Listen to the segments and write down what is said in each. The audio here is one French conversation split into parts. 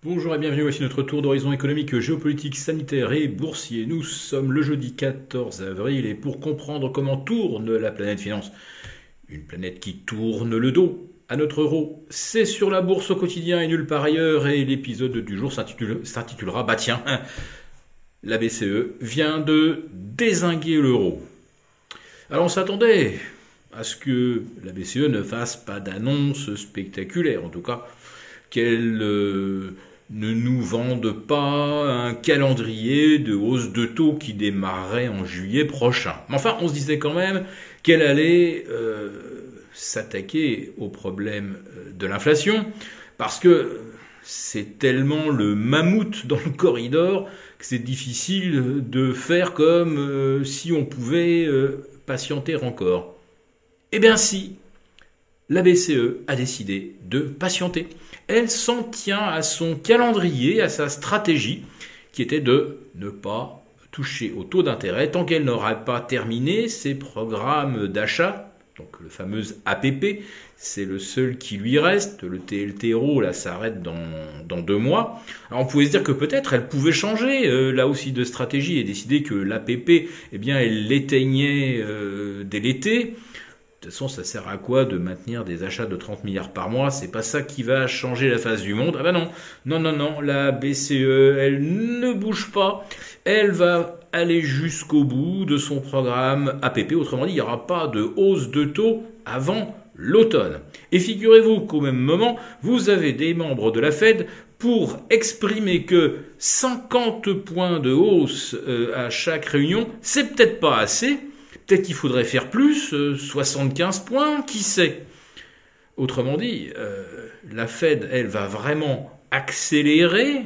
Bonjour et bienvenue, voici notre tour d'horizon économique, géopolitique, sanitaire et boursier. Nous sommes le jeudi 14 avril et pour comprendre comment tourne la planète finance, une planète qui tourne le dos à notre euro, c'est sur la bourse au quotidien et nulle part ailleurs et l'épisode du jour s'intitulera bah tiens, la BCE vient de dézinguer l'euro. Alors on s'attendait à ce que la BCE ne fasse pas d'annonce spectaculaire, en tout cas qu'elle ne nous vende pas un calendrier de hausse de taux qui démarrerait en juillet prochain. Mais enfin, on se disait quand même qu'elle allait s'attaquer au problème de l'inflation, parce que c'est tellement le mammouth dans le corridor que c'est difficile de faire comme si on pouvait patienter encore. Eh bien si, la BCE a décidé de patienter. Elle s'en tient à son calendrier, à sa stratégie, qui était de ne pas toucher au taux d'intérêt tant qu'elle n'aura pas terminé ses programmes d'achat, donc le fameux APP, c'est le seul qui lui reste, le TLTRO là s'arrête dans 2 mois. Alors on pouvait se dire que peut-être elle pouvait changer là aussi de stratégie et décider que l'APP, eh bien elle l'éteignait dès l'été. De toute façon, ça sert à quoi de maintenir des achats de 30 milliards par mois? C'est pas ça qui va changer la face du monde. Ah ben non, la BCE, elle ne bouge pas. Elle va aller jusqu'au bout de son programme APP. Autrement dit, il n'y aura pas de hausse de taux avant l'automne. Et figurez-vous qu'au même moment, vous avez des membres de la Fed pour exprimer que 50 points de hausse à chaque réunion, c'est peut-être pas assez. Peut-être qu'il faudrait faire plus, 75 points, qui sait. Autrement dit, la Fed, elle va vraiment accélérer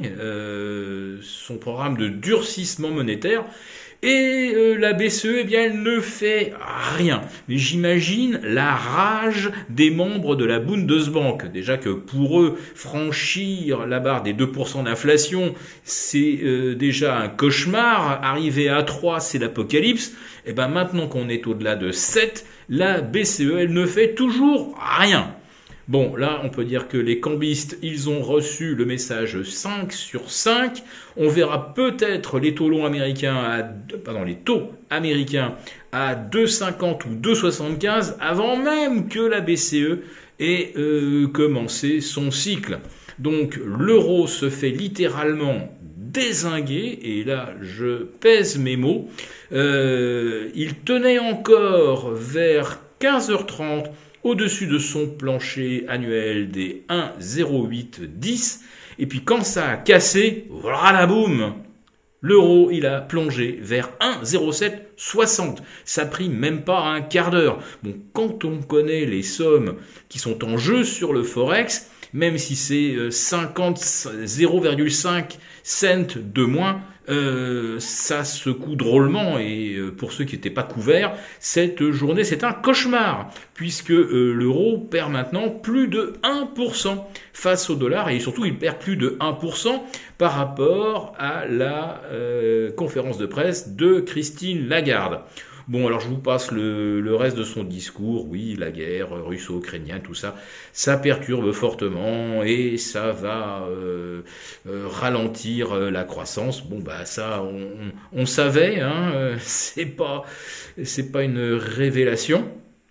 son programme de durcissement monétaire et la BCE, eh bien, elle ne fait rien. Mais j'imagine la rage des membres de la Bundesbank. Déjà que pour eux, franchir la barre des 2% d'inflation, c'est déjà un cauchemar. Arriver à 3, c'est l'apocalypse. Et ben maintenant qu'on est au-delà de 7, la BCE, elle ne fait toujours rien. Bon, là, on peut dire que les cambistes, ils ont reçu le message 5 sur 5. On verra peut-être les taux américains à 2,50 ou 2,75 avant même que la BCE ait commencé son cycle. Donc, l'euro se fait littéralement dézinguer, et là, je pèse mes mots. Il tenait encore vers 15h30 au-dessus de son plancher annuel des 1,0810. Et puis quand ça a cassé, voilà la boum, l'euro, il a plongé vers 1,0760. Ça a pris même pas un quart d'heure. Bon, quand on connaît les sommes qui sont en jeu sur le Forex, même si c'est 0,5 cents de moins, ça secoue drôlement et pour ceux qui n'étaient pas couverts, cette journée c'est un cauchemar puisque l'euro perd maintenant plus de 1% face au dollar et surtout il perd plus de 1% par rapport à la conférence de presse de Christine Lagarde. Bon, alors je vous passe le reste de son discours. Oui, la guerre russo-ukrainienne, tout ça, ça perturbe fortement et ça va ralentir la croissance. Bon, bah ça, on savait, hein, c'est pas une révélation.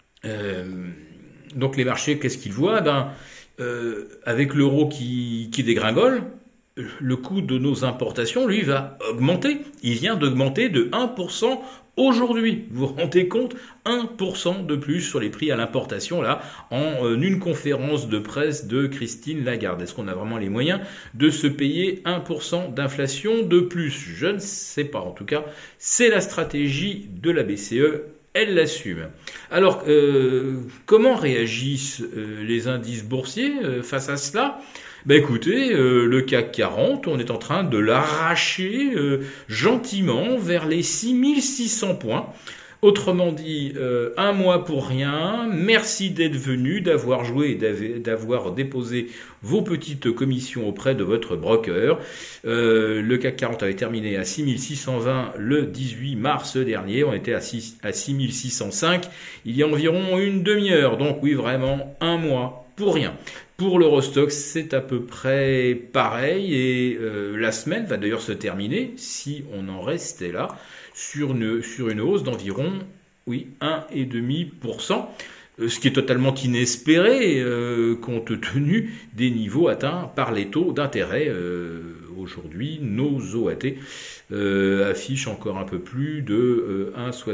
Donc les marchés, qu'est-ce qu'ils voient? Avec l'euro qui dégringole, le coût de nos importations, lui, va augmenter. Il vient d'augmenter de 1% aujourd'hui. Vous vous rendez compte? 1% de plus sur les prix à l'importation, là, en une conférence de presse de Christine Lagarde. Est-ce qu'on a vraiment les moyens de se payer 1% d'inflation de plus? Je ne sais pas. En tout cas, c'est la stratégie de la BCE. Elle l'assume. Alors, comment réagissent les indices boursiers face à cela? Écoutez, le CAC 40, on est en train de l'arracher gentiment vers les 6600 points. Autrement dit, un mois pour rien. Merci d'être venu, d'avoir joué et d'avoir déposé vos petites commissions auprès de votre broker. Le CAC 40 avait terminé à 6620 le 18 mars dernier. On était à 6605 il y a environ une demi-heure. Donc oui, vraiment un mois. pour rien. Pour l'Eurostoxx, c'est à peu près pareil et la semaine va d'ailleurs se terminer, si on en restait là, sur une hausse d'environ 1,5%. Ce qui est totalement inespéré compte tenu des niveaux atteints par les taux d'intérêt. Aujourd'hui, nos OAT affichent encore un peu plus de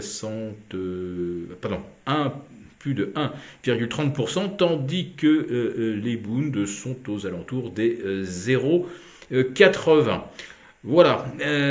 1,30%, tandis que les Bunds sont aux alentours des 0,80. Voilà,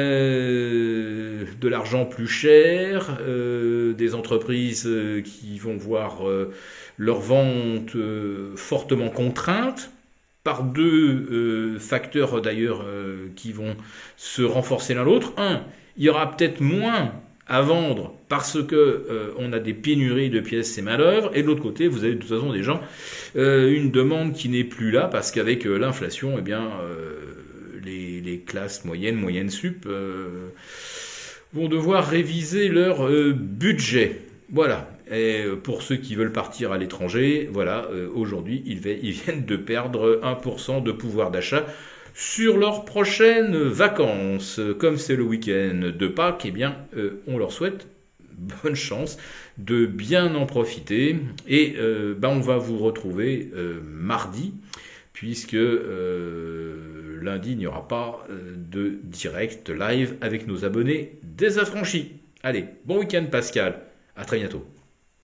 de l'argent plus cher, des entreprises qui vont voir leurs ventes fortement contraintes par deux facteurs d'ailleurs qui vont se renforcer l'un l'autre. Un, il y aura peut-être moins à vendre parce que on a des pénuries de pièces et main-d'œuvre, et de l'autre côté, vous avez de toute façon des gens une demande qui n'est plus là parce qu'avec l'inflation, eh bien les classes moyennes sup vont devoir réviser leur budget. Voilà. Et pour ceux qui veulent partir à l'étranger, voilà, aujourd'hui, ils viennent de perdre 1% de pouvoir d'achat sur leurs prochaines vacances. Comme c'est le week-end de Pâques, eh bien, on leur souhaite bonne chance de bien en profiter. Et on va vous retrouver mardi, puisque lundi, il n'y aura pas de direct live avec nos abonnés désaffranchis. Allez, bon week-end Pascal, à très bientôt.